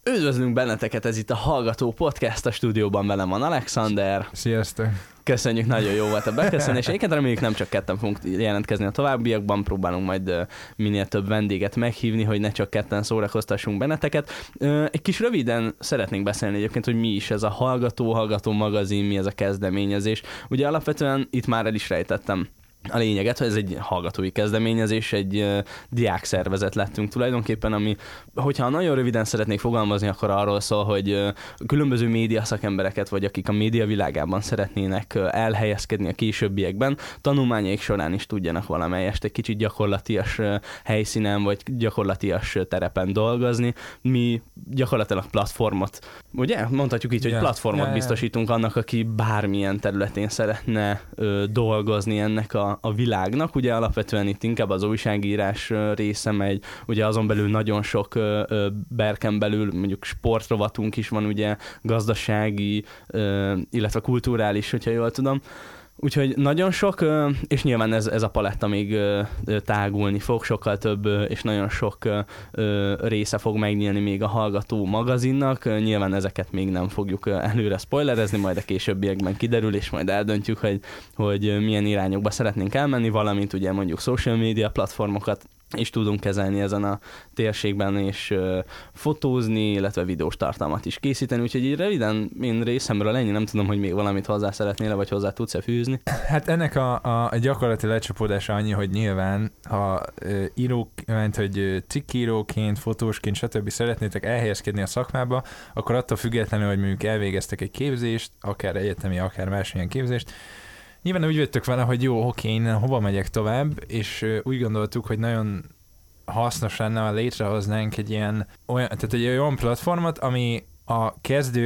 Üdvözlünk benneteket, ez itt a Hallgató Podcast, a stúdióban velem van Alexander. Sziasztok! Köszönjük, nagyon jó volt a beköszönés. Egyébként reméljük nem csak ketten fogunk jelentkezni a továbbiakban, próbálunk majd minél több vendéget meghívni, hogy ne csak ketten szórakoztassunk benneteket. Egy kis röviden szeretnénk beszélni egyébként, hogy mi is ez a Hallgató magazin, mi ez a kezdeményezés. Ugye alapvetően itt már el is rejtettem a lényeget, hogy ez egy hallgatói kezdeményezés, egy diákszervezet lettünk tulajdonképpen, ami, hogyha nagyon röviden szeretnék fogalmazni, akkor arról szól, hogy különböző média szakembereket, vagy akik a média világában szeretnének elhelyezkedni a későbbiekben, tanulmányaik során is tudjanak valamelyest egy kicsit gyakorlatias helyszínen, vagy gyakorlatias terepen dolgozni. Mi gyakorlatilag platformot, ugye? Mondhatjuk így, hogy platformot biztosítunk annak, aki bármilyen területén szeretne dolgozni ennek a világnak. Ugye alapvetően itt inkább az újságírás része megy, ugye azon belül nagyon sok berken belül mondjuk sportrovatunk is van, ugye gazdasági, illetve kulturális, hogyha jól tudom. Úgyhogy nagyon sok, és nyilván ez a paletta még tágulni fog, sokkal több, és nagyon sok része fog megnyílni még a Hallgató magazinnak. Nyilván ezeket még nem fogjuk előre spoilerezni, majd a későbbiekben kiderül, és majd eldöntjük, hogy milyen irányokba szeretnénk elmenni, valamint ugye mondjuk social media platformokat és tudunk kezelni ezen a térségben, és fotózni, illetve videós tartalmat is készíteni, úgyhogy így röviden én részemről ennyi, nem tudom, hogy még valamit hozzá szeretnél, vagy hozzá tudsz-e fűzni. Hát ennek a gyakorlati lecsapódása annyi, hogy nyilván, ha hogy cikkíróként, fotósként, stb. Szeretnétek elhelyezkedni a szakmába, akkor attól függetlenül, hogy mondjuk elvégeztek egy képzést, akár egyetemi, akár másmilyen képzést, nyilván úgy jöttök vele, hogy jó, oké, innen hova megyek tovább, és úgy gondoltuk, hogy nagyon hasznos lenne, ha létrehoznánk egy olyan platformot, ami a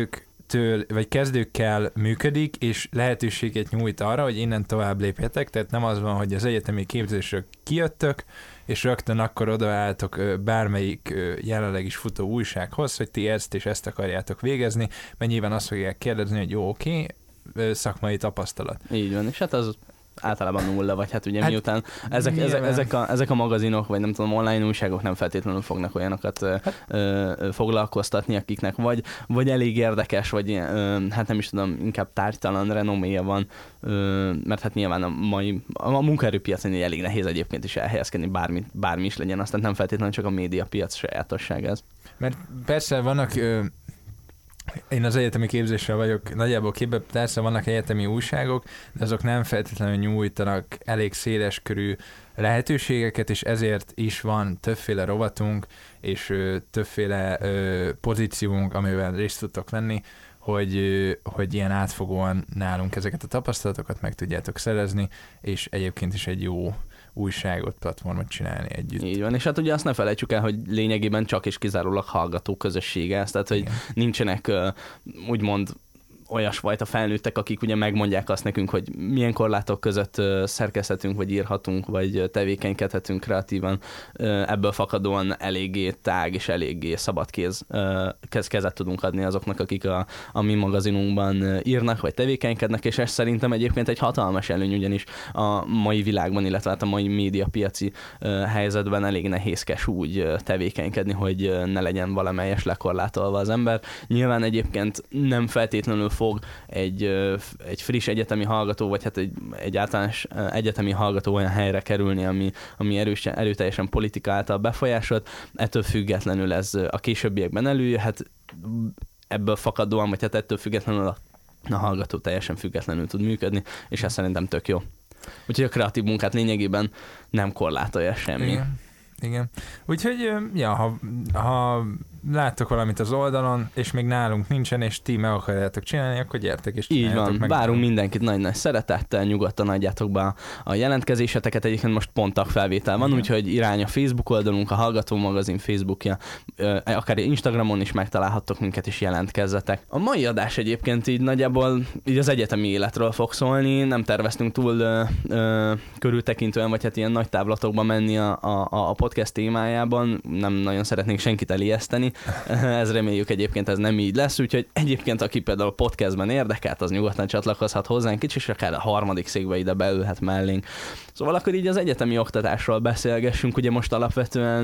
kezdőkkel működik, és lehetőséget nyújt arra, hogy innen tovább lépjetek, tehát nem az van, hogy az egyetemi képzésről kijöttök, és rögtön akkor odaálltok bármelyik jelenleg is futó újsághoz, hogy ti ezt és ezt akarjátok végezni, mert nyilván azt fogják kérdezni, hogy jó, oké, szakmai tapasztalat. Így van, és hát az általában nulla, vagy hát ugye miután ezek a magazinok, vagy nem tudom, online újságok nem feltétlenül fognak olyanokat foglalkoztatni, akiknek vagy elég érdekes, vagy hát nem is tudom, inkább tárgytalan renoméja van, mert hát nyilván a munkaerőpiacon elég nehéz egyébként is elhelyezkedni, bármi is legyen, aztán nem feltétlenül csak a médiapiac sajátosság ez. Mert persze vannak én az egyetemi képzéssel vagyok nagyjából képben, persze vannak egyetemi újságok, de azok nem feltétlenül nyújtanak elég széles körű lehetőségeket, és ezért is van többféle rovatunk, és többféle pozíciónk, amivel részt tudtok venni, hogy ilyen átfogóan nálunk ezeket a tapasztalatokat meg tudjátok szerezni, és egyébként is egy jó újságot, platformot csinálni együtt. Így van, és hát ugye azt ne felejtsük el, hogy lényegében csak és kizárólag hallgató közössége ez, tehát hogy nincsenek úgymond olyasfajta felnőttek, akik ugye megmondják azt nekünk, hogy milyen korlátok között szerkeszthetünk, vagy írhatunk, vagy tevékenykedhetünk kreatívan. Ebből fakadóan eléggé tág és eléggé szabad kezet tudunk adni azoknak, akik a mi magazinunkban írnak, vagy tevékenykednek, és ez szerintem egyébként egy hatalmas előny, ugyanis a mai világban, illetve hát a mai médiapiaci helyzetben elég nehézkes úgy tevékenykedni, hogy ne legyen valamelyes lekorlátolva az ember. Nyilván egyébként nem feltétlenül fog egy friss egyetemi hallgató, vagy hát egy általános egyetemi hallgató olyan helyre kerülni, ami erőteljesen politika által befolyásolt. Ettől függetlenül ez a későbbiekben előjöhet, ebből fakadóan, vagy hát ettől függetlenül a hallgató teljesen függetlenül tud működni, és ez szerintem tök jó. Úgyhogy a kreatív munkát lényegében nem korlátolja semmi. Igen. Úgyhogy, ha láttok valamit az oldalon, és még nálunk nincsen, és ti meg akarjátok csinálni, akkor gyertek és csináljátok. Így van, várunk mindenkit nagy-nagy szeretettel, nyugodtan adjátok be a jelentkezéseteket, egyébként most pont tagfelvétel van, úgyhogy irány a Facebook oldalunk, a Hallgató magazin Facebookja, akár Instagramon is megtalálhattok minket, és jelentkezzetek. A mai adás egyébként így nagyjából így az egyetemi életről fog szólni, nem terveztünk túl körültekintően, vagy hát ilyen nagy távlatokba menni a podcast témájában, nem nagyon szeretnénk senkit elijeszteni, Ez reméljük egyébként ez nem így lesz, úgyhogy egyébként aki például podcastben érdekelt, az nyugodtan csatlakozhat hozzánk kicsit, és akár a harmadik székbe ide beülhet mellénk. Szóval akkor így az egyetemi oktatásról beszélgessünk, ugye most alapvetően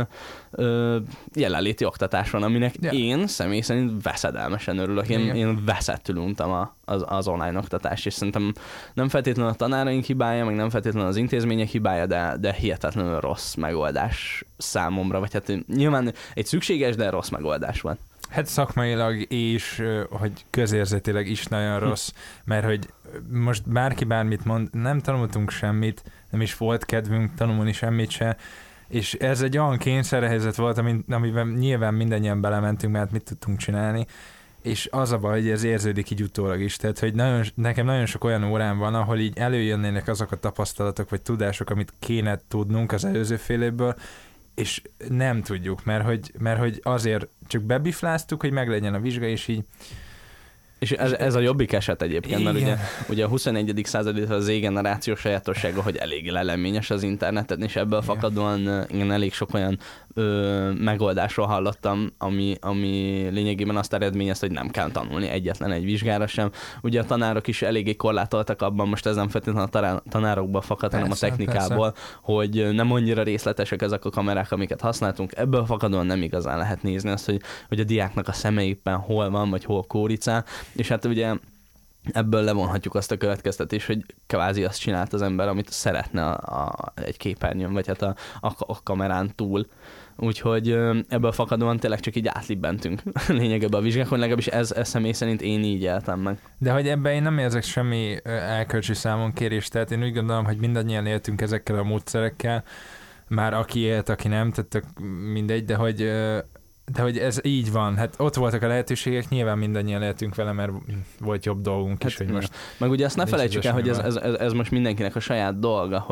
jelenléti oktatás van, aminek én személy szerint veszedelmesen örülök. Én veszettül untam az online oktatást, és szerintem nem feltétlenül a tanáraink hibája, meg nem feltétlenül az intézmények hibája, de hihetetlenül rossz megoldás számomra, vagy hát nyilván egy szükséges, de rossz megoldás van. Hát szakmailag és hogy közérzetileg is nagyon rossz, mert hogy most bárki bármit mond, nem tanultunk semmit, nem is volt kedvünk tanulni semmit se, és ez egy olyan kényszerhelyzet volt, amiben nyilván mindannyian belementünk, mert mit tudtunk csinálni, és az a baj, hogy ez érződik így utólag is, tehát hogy nekem nagyon sok olyan órán van, ahol így előjönnének azok a tapasztalatok vagy tudások, amit kéne tudnunk az előző fél évből, és nem tudjuk, mert hogy azért csak bebifláztuk, hogy meglegyen a vizsga, és így. És ez a jobbik eset egyébként, mert ugye a 21. század az Z-generáció sajátossága, hogy elég leleményes az interneten, és ebből fakadóan én elég sok olyan megoldásról hallottam, ami lényegében azt eredményezte, hogy nem kell tanulni egyetlen egy vizsgára sem. Ugye a tanárok is eléggé korlátoltak abban, most ez nem feltétlenül a tanárokból fakad, hanem a technikából, hogy nem annyira részletesek ezek a kamerák, amiket használtunk. Ebből fakadóan nem igazán lehet nézni azt, hogy a diáknak a szeme éppen hol van, vagy hol kóricál, és hát ugye ebből levonhatjuk azt a következtetést, hogy kvázi azt csinált az ember, amit szeretne egy képernyőn, vagy hát a kamerán túl. Úgyhogy ebből fakadóan tényleg csak így átlibbentünk lényegében a vizsgákon, legalábbis ez személy szerint én így éltem meg. De hogy ebben én nem érzek semmi elkölcsi számonkérést, tehát én úgy gondolom, hogy mindannyian éltünk ezekkel a módszerekkel, már aki élt, aki nem, tehát mindegy, de hogy ez így van. Hát ott voltak a lehetőségek, nyilván mindannyian lehetünk vele, mert volt jobb dolgunk is. Hát hogy most. Meg ugye azt ne felejtsük el, hogy ez most mindenkinek a saját dolga,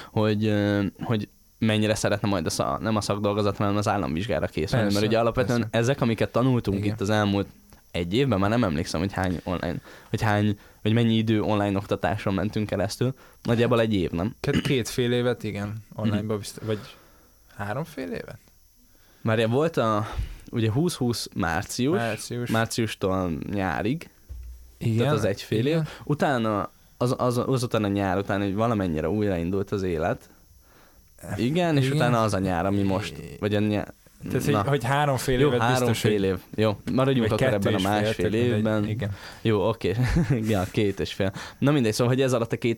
hogy mennyire szeretne majd nem a szakdolgozat, hanem az államvizsgára készülni. Persze, mert ugye alapvetően ezek, amiket tanultunk itt az elmúlt egy évben, már nem emlékszem, hogy hány online, vagy mennyi idő online oktatáson mentünk keresztül. Nagyjából egy év, nem? 2,5 évet, igen. Online-ba vagy 3,5 évet? Már volt ugye 2020 márciustól nyárig, igen, tehát az egy fél év. Utána, azután a nyár után, hogy valamennyire újraindult az élet. Igen, és utána az a nyár, ami most, vagy a nyár. Tehát, hogy 3,5 évet biztos, hogy... év. Jó, maradjunk akkor ebben a másfél évben. Igen. Jó, oké. Ja, 2,5. Na mindegy, szóval, hogy ez alatt a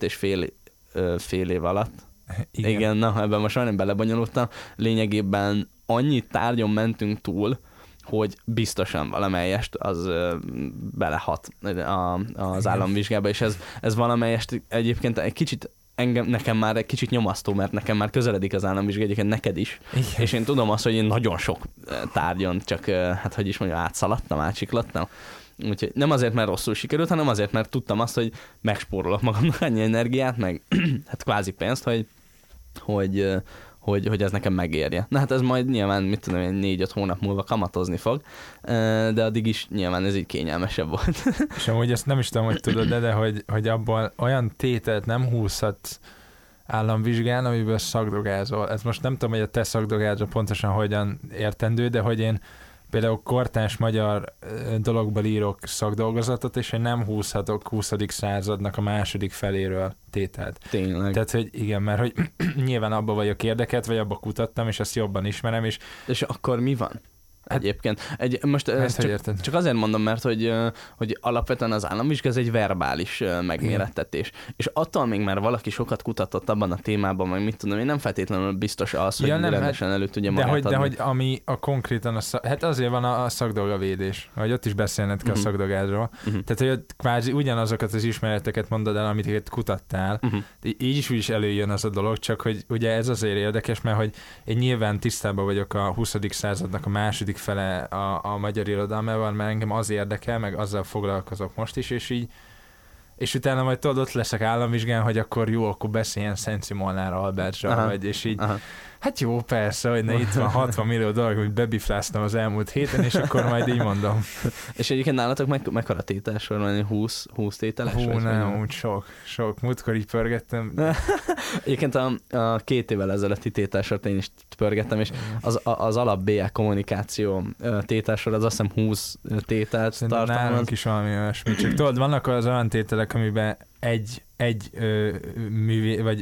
2,5 év alatt. Igen, na, ebben most majdnem belebonyolultam. Lényegében annyi tárgyon mentünk túl, hogy biztosan valamelyest az belehat az államvizsgába, és ez valamelyest egyébként egy kicsit nekem már egy kicsit nyomasztó, mert nekem már közeledik az államvizsga, egyébként neked is. Igen. És én tudom azt, hogy én nagyon sok tárgyon csak, hát hogy is mondjam, átsiklattam. Úgyhogy nem azért, mert rosszul sikerült, hanem azért, mert tudtam azt, hogy megspórolok magamnak annyi energiát, meg hát kvázi pénzt, hogy ez nekem megérje. Na hát ez majd nyilván, mit tudom én, 4-5 hónap múlva kamatozni fog, de addig is nyilván ez így kényelmesebb volt. És amúgy ezt nem is tudom, hogy tudod, de hogy abból olyan tételt nem húzhatsz államvizsgán, amiből szakdogázol. Ez most nem tudom, hogy a te szakdogázol pontosan hogyan értendő, de hogy én például kortárs magyar dologból írok szakdolgozatot, és én nem húzhatok 20. századnak a második feléről tételt. Tényleg. Tehát, hogy igen, mert hogy nyilván abba vagyok érdekelt, vagy abba kutattam, és ezt jobban ismerem, és akkor mi van? Egyébként. Most csak azért mondom, mert hogy alapvetően az államvizsga ez egy verbális megmérettetés. És attól még már valaki sokat kutatott abban a témában, meg mit tudom, én nem feltétlenül biztos az, hogy rendesen elő tudja magát adni. De hogy ami a konkrétan, hát azért van a szakdolgavédés, hogy ott is beszélned kell a szakdolgázról. Tehát, hogy ott kvázi ugyanazokat az ismereteket mondod el, amit kutattál. Így is úgy is előjön az a dolog, csak hogy ugye ez azért érdekes, mert hogy én nyilván tisztában vagyok a 20. századnak a második fele a magyar irodalmával, mert engem az érdekel, meg azzal foglalkozok most is, és utána majd tudod, ott leszek államvizsgán, hogy akkor jó, akkor beszéljen Szent Simonnál Albertra, vagy, és így. Hát jó, persze, hogy ne itt van 60 millió dolog, hogy bebifláztam az elmúlt héten, és akkor majd így mondom. És egyébként nálatok mekkora tételsor van? 20 tételes? Hú, nem, úgy sok. Múltkor így pörgettem. Egyébként a 2 évvel ezelőtti tételsort én is pörgettem, és az alap BL kommunikáció tételsor az azt hiszem 20 tételt tartalmaz. Nálunk is valami olyasmi. Csak tudod, vannak az olyan tételek, amiben egy művé, vagy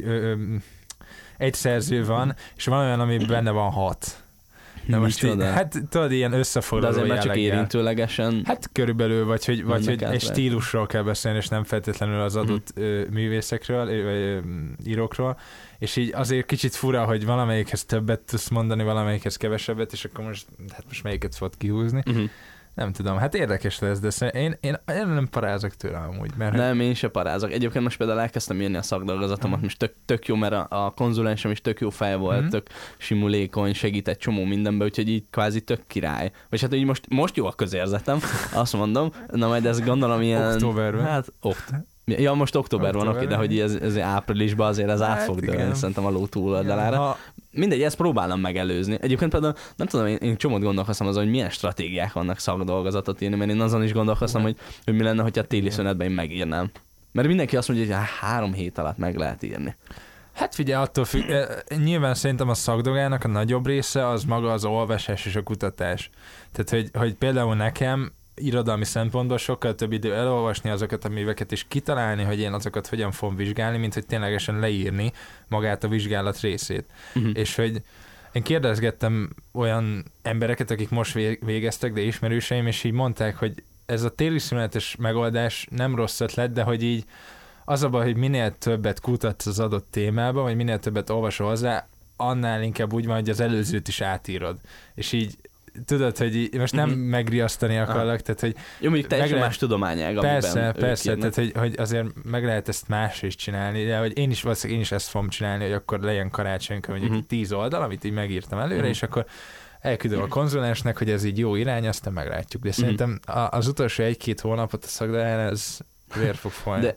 egy szerző van, és van olyan, ami benne van 6. Na most így, hát tudod, ilyen összefoglaló jelleggel. De azért már csak érintőlegesen. Hát körülbelül, vagy hogy egy stílusról kell beszélni, és nem feltétlenül az adott művészekről, vagy írókról, és így azért kicsit fura, hogy valamelyikhez többet tudsz mondani, valamelyikhez kevesebbet, és akkor most melyiket fogod kihúzni. Nem tudom, hát érdekes lesz, de én nem parázok tőle amúgy. Mert nem, én se parázok. Egyébként most például elkezdtem írni a szakdolgozatomat, most tök jó, mert a konzulensem is tök jó fej volt, tök simulékony, segít egy csomó mindenbe, úgyhogy így kvázi tök király. Vagy hát így most jó a közérzetem, azt mondom, na majd ezt gondolom ilyen... Októberben. Hát, ja, most október van, oké, de hogy ez áprilisban azért ez át fog dőlni, szerintem a ló túloldalára. Mindegy, ezt próbálom megelőzni. Egyébként például nem tudom, én csomót gondolkoztam azon, hogy milyen stratégiák vannak szakdolgozatot írni, mert én azon is gondolkoztam, hogy mi lenne, hogyha a téli szünetben én megírnám. Mert mindenki azt mondja, hogy 3 hét alatt meg lehet írni. Hát figyelj, attól függ, nyilván szerintem a szakdogának a nagyobb része az maga az olvasás és a kutatás. Tehát, hogy például nekem irodalmi szempontból sokkal több idő elolvasni azokat a műveket, és kitalálni, hogy én azokat hogyan fogom vizsgálni, mint hogy ténylegesen leírni magát a vizsgálat részét. És hogy én kérdezgettem olyan embereket, akik most végeztek, de ismerőseim, és így mondták, hogy ez a téli szünetes megoldás nem rossz ötlet, de hogy így az a baj, hogy minél többet kutatsz az adott témába, vagy minél többet olvasol hozzá, annál inkább úgy van, hogy az előzőt is átírod. És így tudod, hogy most nem megriasztani akarlak, tehát hogy... Jó, mondjuk teljesen más tudományág, persze, tehát hogy azért meg lehet ezt más is csinálni, de hogy én is ezt fogom csinálni, hogy akkor legyen karácsonykor mondjuk 10 oldal, amit így megírtam előre, és akkor elküldöm a konzulensnek, hogy ez így jó irány, aztán meglátjuk. De szerintem az utolsó 1-2 hónapot a szakdolán ez vér fog folyni.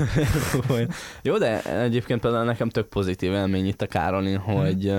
Jó, de egyébként például nekem tök pozitív élmény itt a Károlin, hogy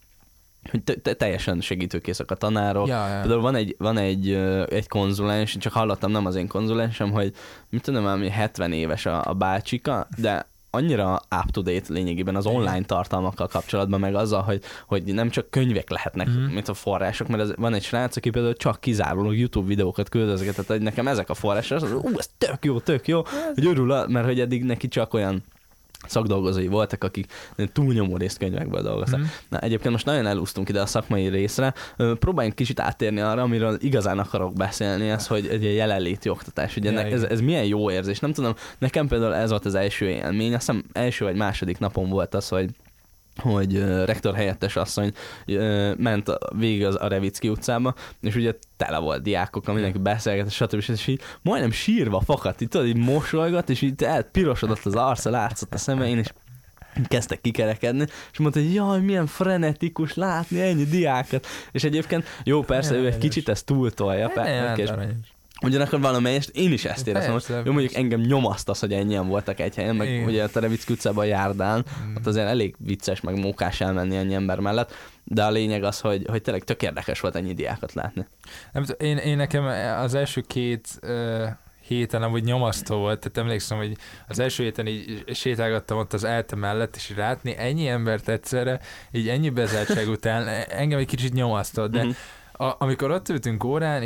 teljesen segítőkészek a tanárok. Például van egy konzulens, csak hallottam, nem az én konzulensem, hogy mit tudom, ami 70 éves a bácsika, de annyira up-to-date lényegében az online tartalmakkal kapcsolatban, meg azzal, hogy nem csak könyvek lehetnek, mint a források, mert van egy srác, aki például csak kizárólag YouTube videókat küldözgetett, hogy nekem ezek a források, ez tök jó, hogy örül, mert hogy eddig neki csak olyan szakdolgozói voltak, akik túlnyomó részt könyvekből dolgoztak. Na, egyébként most nagyon elúsztunk ide a szakmai részre. Próbáljunk kicsit áttérni arra, amiről igazán akarok beszélni, ez, hogy egy jelenléti oktatás. Ugye ez milyen jó érzés. Nem tudom, nekem például ez volt az első élmény. Azt hiszem első vagy második napon volt az, hogy rektor helyettes asszony ment végig a Revicki utcába, és ugye tele volt diákok, mindenki beszélget, stb. És így majdnem sírva fakadt, így tudod, így mosolygott, és így pirosodott az arca, látszott a szeme, én is kezdtek kikerekedni, és mondta, hogy jaj, milyen frenetikus látni ennyi diákat. És egyébként jó, persze, ő egy kicsit ezt túltolja, ugyanakkor valamelyest én is ezt éreztem, hogy jó, mondjuk engem nyomaszt az, hogy ennyien voltak egy helyen, meg ugye a Revicki utcában a Járdán, ott azért elég vicces, meg mókás elmenni ennyi ember mellett, de a lényeg az, hogy tényleg tök érdekes volt ennyi diákot látni. Én nekem az első 2 héten amúgy nyomasztó volt, tehát emlékszem, hogy az első héten így sétálgattam ott az ELTE mellett, és látni ennyi embert egyszerre, így ennyi bezártság után engem egy kicsit nyomasztott, de amikor ott ültünk órán,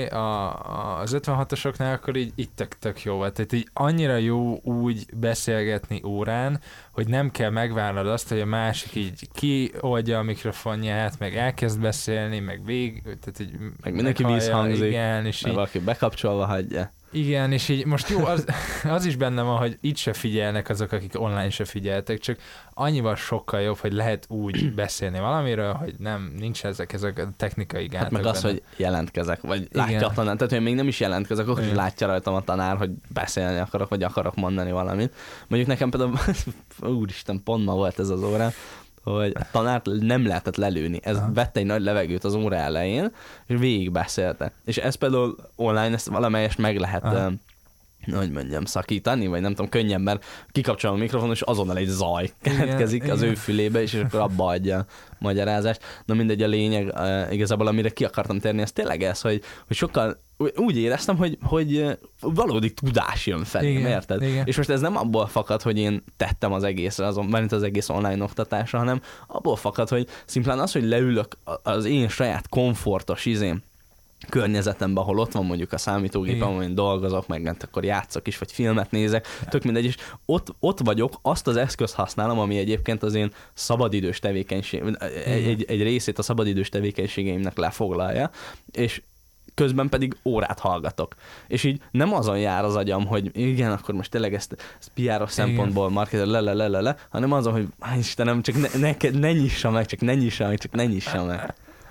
az 56-osoknál, akkor így tök jó volt. Tehát így annyira jó úgy beszélgetni órán, hogy nem kell megvárnod azt, hogy a másik így kioldja a mikrofonját, meg elkezd beszélni, meg tehát így meg mindenki visszhangzik, igen, és meg valaki bekapcsolva hagyja. Igen, és így most jó, az is benne van, hogy itt se figyelnek azok, akik online se figyeltek, csak annyival sokkal jobb, hogy lehet úgy beszélni valamiről, hogy nincs ezek a technikai gátak. Hát meg az, hogy jelentkezek, vagy látja a tanár, tehát hogy még nem is jelentkezek, akkor is látja rajtam a tanár, hogy beszélni akarok, vagy akarok mondani valamit. Mondjuk nekem például, úristen, pont ma volt ez az órán, hogy a tanárt nem lehetett lelőni. Ez vette egy nagy levegőt az óra elején, és végig beszélte. És ez például online, ezt valamelyest meg lehet hogy mondjam, szakítani, vagy nem tudom, könnyen, mert kikapcsolom a mikrofon, és azonnal egy zaj keletkezik az ő fülébe, és akkor abba adja a magyarázást. Na mindegy, a lényeg, igazából amire ki akartam térni, ez tényleg ez, hogy sokkal úgy éreztem, hogy valódi tudás jön felém, érted? Igen. És most ez nem abból fakad, hogy én tettem az egészre, mert az egész online oktatásra, hanem abból fakad, hogy szimplán az, hogy leülök az én saját komfortos környezetemben, ahol ott van mondjuk a számítógépem, amin dolgozok, meg akkor játszok is, vagy filmet nézek, tök mindegy, és ott vagyok, azt az eszközt használom, ami egyébként az én szabadidős tevékenység, egy részét a szabadidős tevékenységeimnek lefoglalja, és közben pedig órát hallgatok. És így nem azon jár az agyam, hogy igen, akkor most tényleg ezt PR-os szempontból marketel, hanem azon, hogy Istenem, csak ne nyissa meg, csak ne nyissa meg.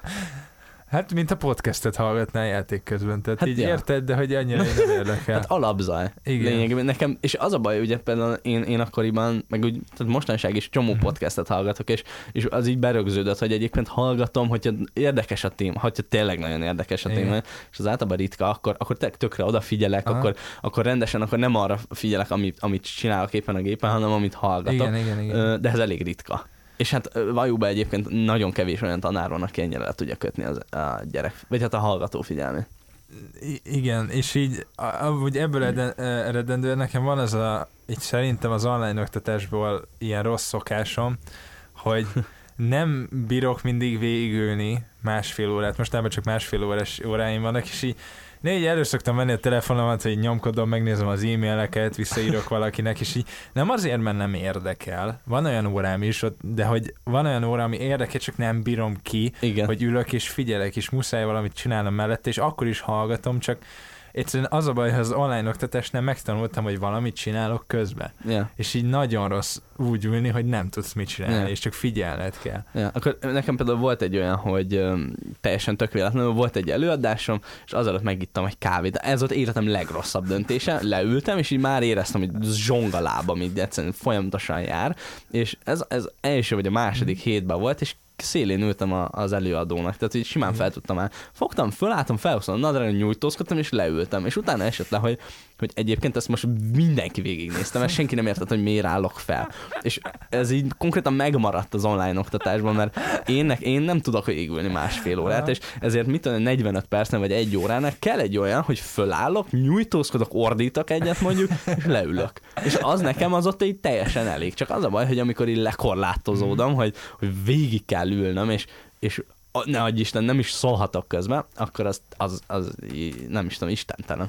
Hát, mint a podcastet hallgatnál játék közben, tehát hát így érted, de hogy annyira nem érdekel. Hát alapzaj. Lényegében nekem, és az a baj, ugye például én akkoriban, meg úgy, tehát mostanság is csomó podcastet hallgatok, és az így berögződött, hogy egyébként hallgatom, hogyha érdekes a téma, hogyha tényleg nagyon érdekes a téma, és az általában ritka, akkor tökre odafigyelek, akkor rendesen, akkor nem arra figyelek, amit csinálok éppen a gépen, hanem amit hallgatok. Igen. De ez elég ritka. És hát valljuk be, egyébként nagyon kevés olyan tanár van, aki ennyire le tudja kötni a gyerek, vagy hát a hallgató figyelmét. Igen, és így ebből eredendően nekem van így szerintem az online oktatásból ilyen rossz szokásom, hogy nem bírok mindig végigülni másfél órát, most csak másfél órás óráim vannak, és így elő szoktam venni a telefonomat, hogy nyomkodom, megnézem az e-maileket, visszaírok valakinek, és így nem azért, mert nem érdekel. Van olyan órám is, de hogy van olyan óra, ami érdekel, csak nem bírom ki, hogy ülök és figyelek, és muszáj valamit csinálnom mellette, és akkor is hallgatom, csak egyszerűen az a baj, hogy az online oktatásnál megtanultam, hogy valamit csinálok közben. Yeah. És így nagyon rossz úgy ülni, hogy nem tudsz mit csinálni, és csak figyelned kell. Akkor nekem például volt egy olyan, hogy teljesen tök véletlenül volt egy előadásom, és azelőtt megittam egy kávét. Ez volt életem legrosszabb döntése. Leültem, és így már éreztem, hogy zsong a lábam, így egyszerűen folyamatosan jár. És ez első vagy a második hétben volt, és szélén ültem az előadónak, tehát így simán fel tudtam el. Fogtam, fölálltam, felhoztam a nadrágon, nyújtózkodtam, és leültem. És utána esett le, hogy egyébként ezt most mindenki végignéztem, mert senki nem értett, hogy miért állok fel. És ez így konkrétan megmaradt az online oktatásban, mert én nem tudok végigülni másfél órát, és ezért 45 percen vagy egy óránál kell egy olyan, hogy fölállok, nyújtózkodok, ordítok egyet mondjuk, és leülök. És az nekem az ott így teljesen elég. Csak az a baj, hogy amikor így lekorlátozódom, hogy végig kell ülnöm, és ne adj Isten, nem is szólhatok közben, akkor az nem is tudom, istentelen.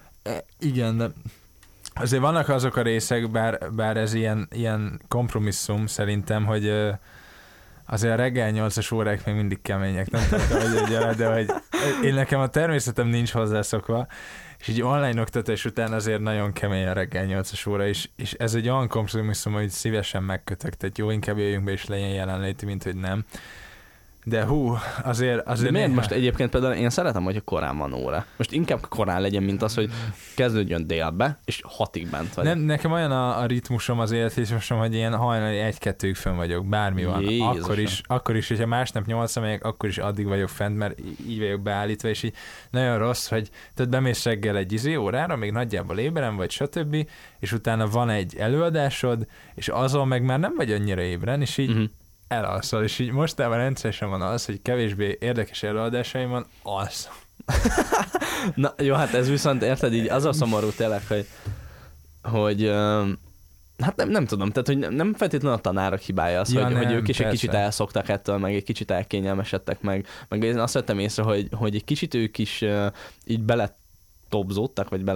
Igen, de azért vannak azok a részek, bár ez ilyen kompromisszum szerintem, hogy azért a reggel 8-as órák még mindig kemények, nem tudom, hogy de hogy én nekem a természetem nincs hozzászokva, és így online oktatás után azért nagyon kemény a reggel 8-as óra, és ez egy olyan kompromisszum, hogy szívesen megkötök, tehát jó, inkább jöjjünk be és legyen jelenléti, mint hogy nem. De azért de miért most egyébként például én szeretem, hogyha korán van óra. Most inkább korán legyen, mint az, hogy kezdődjön délbe, és 6-ig bent vagy. Nem, nekem olyan a ritmusom, az életritmusom, hogy ilyen hajnali 1-2-ig fönn vagyok, bármi van. Akkor is, hogyha másnap 8-ra megyek, akkor is addig vagyok fent, mert így vagyok beállítva, és így nagyon rossz, hogy tehát bemész reggel egy órára, még nagyjából ébren vagy, stb., és utána van egy előadásod, és azon meg már nem vagy annyira ébren, és így elalszol, és így mostában rendszeresen van az, hogy kevésbé érdekes előadásaim van, alszom. Na jó, hát ez viszont érted, így az a szomorú tényleg, hogy hát nem tudom, tehát hogy nem feltétlenül a tanárok hibája az, hogy ők is egy kicsit elszoktak ettől, meg egy kicsit elkényelmesedtek, meg én azt vettem észre, hogy egy kicsit ők is így tobzódtak, vagy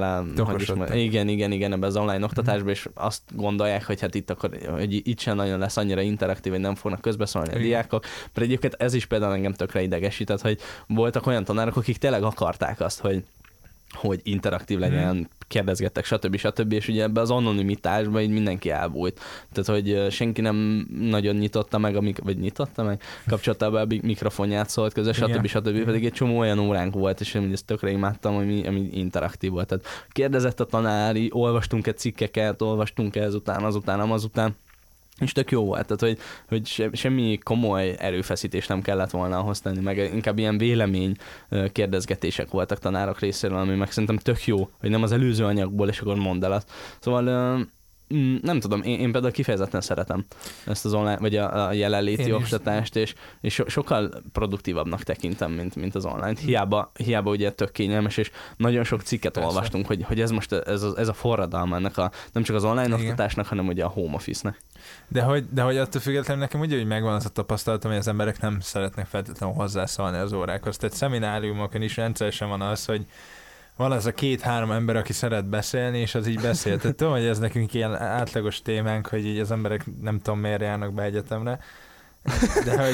igen, ebbe az online oktatásba, és azt gondolják, hogy hát hogy itt sem nagyon lesz annyira interaktív, hogy nem fognak közbeszólni a diákok, mert egyébként ez is például engem tökre idegesített, hogy voltak olyan tanárok, akik tényleg akarták azt, hogy interaktív legyen, kérdezgettek, stb. És ugye ebbe az anonimitásba így mindenki elbújt. Tehát, hogy senki nem nagyon nyitotta meg, kapcsolta be a mikrofonját, szólt közben, stb. Pedig egy csomó olyan óránk volt, és én ezt tökre imádtam, ami interaktív volt. Tehát kérdezett a tanári, olvastunk-e cikkeket, olvastunk-e azután, És tök jó volt, tehát hogy semmi komoly erőfeszítést nem kellett volna ahhoz tenni, meg inkább ilyen vélemény kérdezgetések voltak tanárok részéről, ami meg szerintem tök jó, hogy nem az előző anyagból, és akkor mondd el azt. Szóval nem tudom, én például kifejezetten szeretem ezt az online, vagy a jelenléti oktatást, és sokkal produktívabbnak tekintem, mint az online. Hiába ugye tök kényelmes, és nagyon sok cikket olvastunk, hogy ez most ez a forradalma ennek nem csak az online oktatásnak, hanem ugye a home office-nek. De hogy attól függetlenül nekem ugye, hogy megvan az a tapasztalatom, hogy az emberek nem szeretnek feltétlenül hozzászólni az órákhoz. Tehát szemináriumokon is rendszeresen van az, hogy van az a 2-3 ember, aki szeret beszélni, és az így beszél. Tehát tudom, hogy ez nekünk ilyen átlagos témánk, hogy így az emberek nem tudom miért járnak be egyetemre, de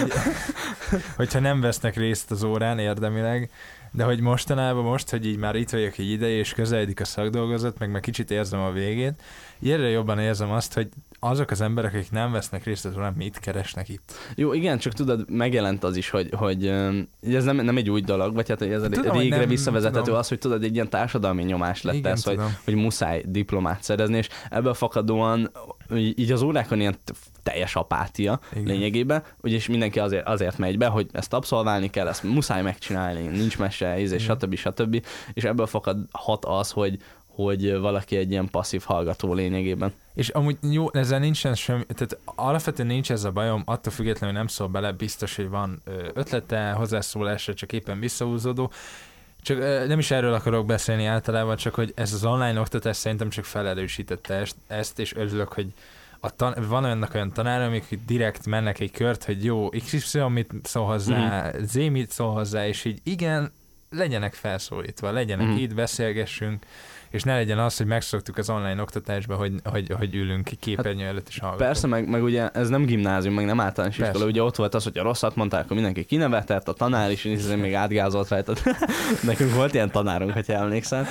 hogyha nem vesznek részt az órán érdemileg, de hogy mostanában, hogy így már itt vagyok egy ideje, és közeledik a szakdolgozat, meg már kicsit érzem a végét, egyre jobban érzem azt, hogy azok az emberek, akik nem vesznek részt az órán, mit keresnek itt. Jó, igen, csak tudod, megjelent az is, hogy ez nem egy új dolog, vagy hát ez tudom, a régre visszavezethető az, hogy tudod, egy ilyen társadalmi nyomás lett igen, ez, hogy muszáj diplomát szerezni, és ebből fakadóan így az órákon ilyen teljes apátia igen. lényegében, úgyis mindenki azért megy be, hogy ezt abszolválni kell, ezt muszáj megcsinálni, nincs mese, és stb. És ebből fakadhat az, hogy valaki egy ilyen passzív hallgató lényegében. És amúgy jó, ezzel nincsen semmi, tehát alapvetően nincs ez a bajom, attól függetlenül nem szól bele, biztos, hogy van ötlete, hozzászólásra, csak éppen visszahúzódó. Csak nem is erről akarok beszélni általában, csak hogy ez az online oktatás szerintem csak felerősítette ezt, és örülök, hogy van olyan tanár, amik direkt mennek egy kört, hogy jó, XY mit szól hozzá, Z mit szól hozzá, és így igen, legyenek felszólítva, legyenek itt, beszélgessünk, és ne legyen az, hogy megszoktuk az online oktatásba, hogy ülünk képernyő előtt és hallgatunk. Persze, meg ugye ez nem gimnázium, meg nem általános iskola, ugye ott volt az, hogy a rosszat mondták, akkor mindenki kinevetett, a tanár is, és még átgázolt rajta. Nekünk volt ilyen tanárunk, hogyha emlékszel.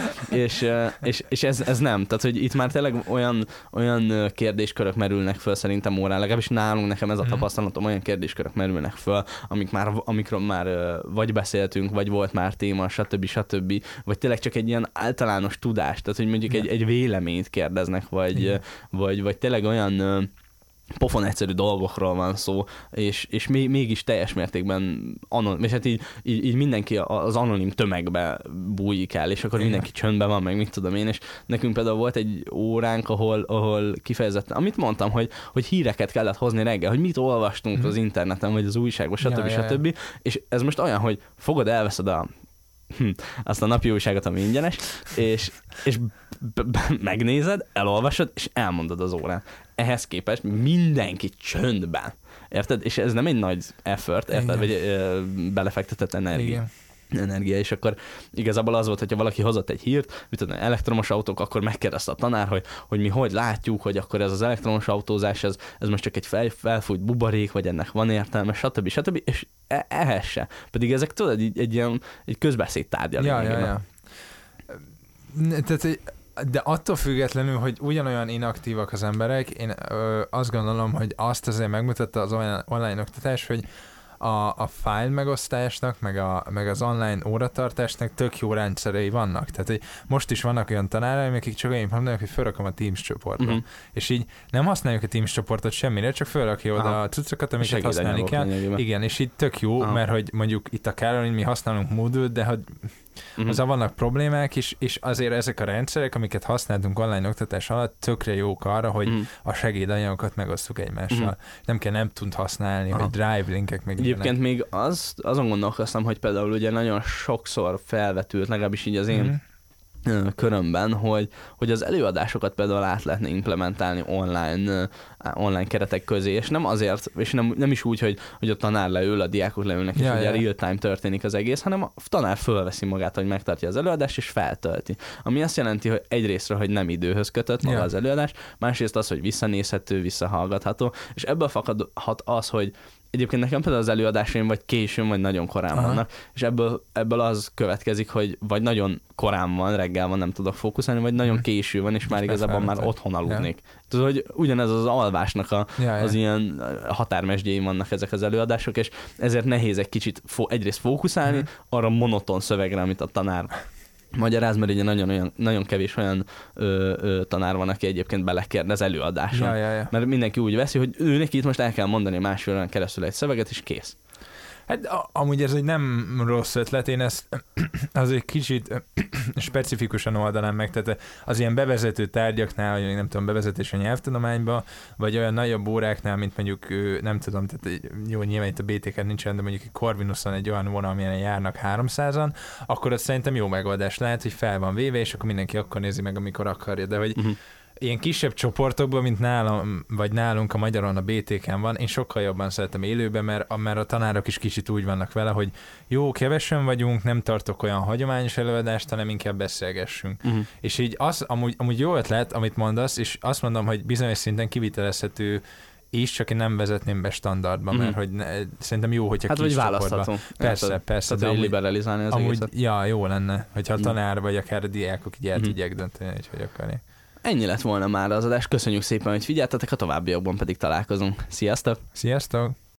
És ez nem. Tehát, hogy itt már tényleg olyan kérdéskörök merülnek föl szerintem órán, legalábbis nálunk nekem ez a tapasztalatom, olyan kérdéskörök merülnek föl, amikről már vagy beszéltünk, vagy volt már téma, stb. Vagy tényleg csak egy ilyen általános tudás. Tehát, hogy mondjuk egy véleményt kérdeznek, vagy tényleg olyan pofon egyszerű dolgokról van szó, és mégis teljes mértékben és hát így mindenki az anonim tömegbe bújik el, és akkor mindenki csöndben van, meg mit tudom én, és nekünk például volt egy óránk, ahol kifejezetten, amit mondtam, hogy híreket kellett hozni reggel, hogy mit olvastunk az interneten, vagy az újságban, stb. És ez most olyan, hogy fogod, elveszed azt a napi újságot, ami ingyenes, és megnézed, elolvasod, és elmondod az órán. Ehhez képest mindenki csöndben. Érted? És ez nem egy nagy effort, érted? Vagy belefektetett energia, és akkor igazából az volt, hogyha valaki hozott egy hírt, mit tudom, elektromos autók, akkor megkérdezte a tanár, hogy mi hogy látjuk, hogy akkor ez az elektromos autózás, ez most csak egy felfújt buborék, vagy ennek van értelme, stb. És ehhez se. Pedig ezek tudod, egy közbeszéd tárgya. Ja. Tehát, de attól függetlenül, hogy ugyanolyan inaktívak az emberek, én azt gondolom, hogy azt azért megmutatta az online oktatás, hogy a file megosztásnak, meg az online óratartásnak tök jó rendszerei vannak. Tehát, hogy most is vannak olyan tanáraim, akik csak olyan mondanak, hogy felrakom a Teams csoportba. És így nem használjuk a Teams csoportot semmire, csak felrakja oda a cuccokat, amiket használni kell. Igen, és így tök jó, mert hogy mondjuk itt a Caroline mi használunk Moodle, de hogy azzal vannak problémák is, és azért ezek a rendszerek, amiket használtunk online oktatás alatt, tökre jók arra, hogy a segédanyagokat megosztjuk egymással. Nem kell nem tud használni, hogy drive linkek meg egyébként még azon gondolkoztam, hogy például ugye nagyon sokszor felvetült, legalábbis így az én körömben, hogy az előadásokat például át lehetne implementálni online keretek közé, és nem azért, és nem is úgy, hogy a tanár leül, a diákok leülnek, és ugye real-time történik az egész, hanem a tanár fölveszi magát, hogy megtartja az előadást, és feltölti. Ami azt jelenti, hogy egyrésztről, hogy nem időhöz kötött maga az előadás, másrészt az, hogy visszanézhető, visszahallgatható, és ebből fakadhat az, hogy egyébként nekem például az előadásaim vagy későn, vagy nagyon korán vannak, és ebből az következik, hogy vagy nagyon korán van, reggel van, nem tudok fókuszálni, vagy nagyon késő van, és már igazából már otthon aludnék. Tudod, hogy ugyanez az alvásnak az ilyen határmesdjéim vannak ezek az előadások, és ezért nehéz egy kicsit egyrészt fókuszálni arra monoton szövegre, amit a tanár magyaráz, mert ugye nagyon kevés olyan tanár van, aki egyébként belekérdez előadáson. Ja. Mert mindenki úgy veszi, hogy ő neki itt most el kell mondani másfél órán keresztül egy szöveget, és kész. Hát amúgy ez egy nem rossz ötlet, én ezt az egy kicsit specifikusan oldanám meg, tehát az ilyen bevezető tárgyaknál, vagy nem tudom, bevezetés a nyelvtudományba, vagy olyan nagyobb óráknál, mint mondjuk, nem tudom, tehát jó, nyilván itt a BTK nincsen, de mondjuk Corvinuson egy olyan vonal, amilyen járnak 300-an, akkor az szerintem jó megoldás lehet, hogy fel van véve, és akkor mindenki akkor nézi meg, amikor akarja, de hogy ilyen kisebb csoportokban, mint nálam, vagy nálunk a Magyaron a BTK-n van, én sokkal jobban szeretem élőben, mert a tanárok is kicsit úgy vannak vele, hogy jó, kevesen vagyunk, nem tartok olyan hagyományos előadást, hanem inkább beszélgessünk. És így az, amúgy jó ötlet, amit mondasz, és azt mondom, hogy bizonyos szinten kivitelezhető és csak én nem vezetném be standardba, mert hogy szerintem jó, hogyha kis választható. Persze. Tehát, hogy liberalizálni az egészet. Ja, jó lenne, hogyha a tanár vagy akár a diákok így el tudják dönteni, hogy akarják. Ennyi lett volna már az adás. Köszönjük szépen, hogy figyeltetek, a továbbiakban pedig találkozunk. Sziasztok! Sziasztok!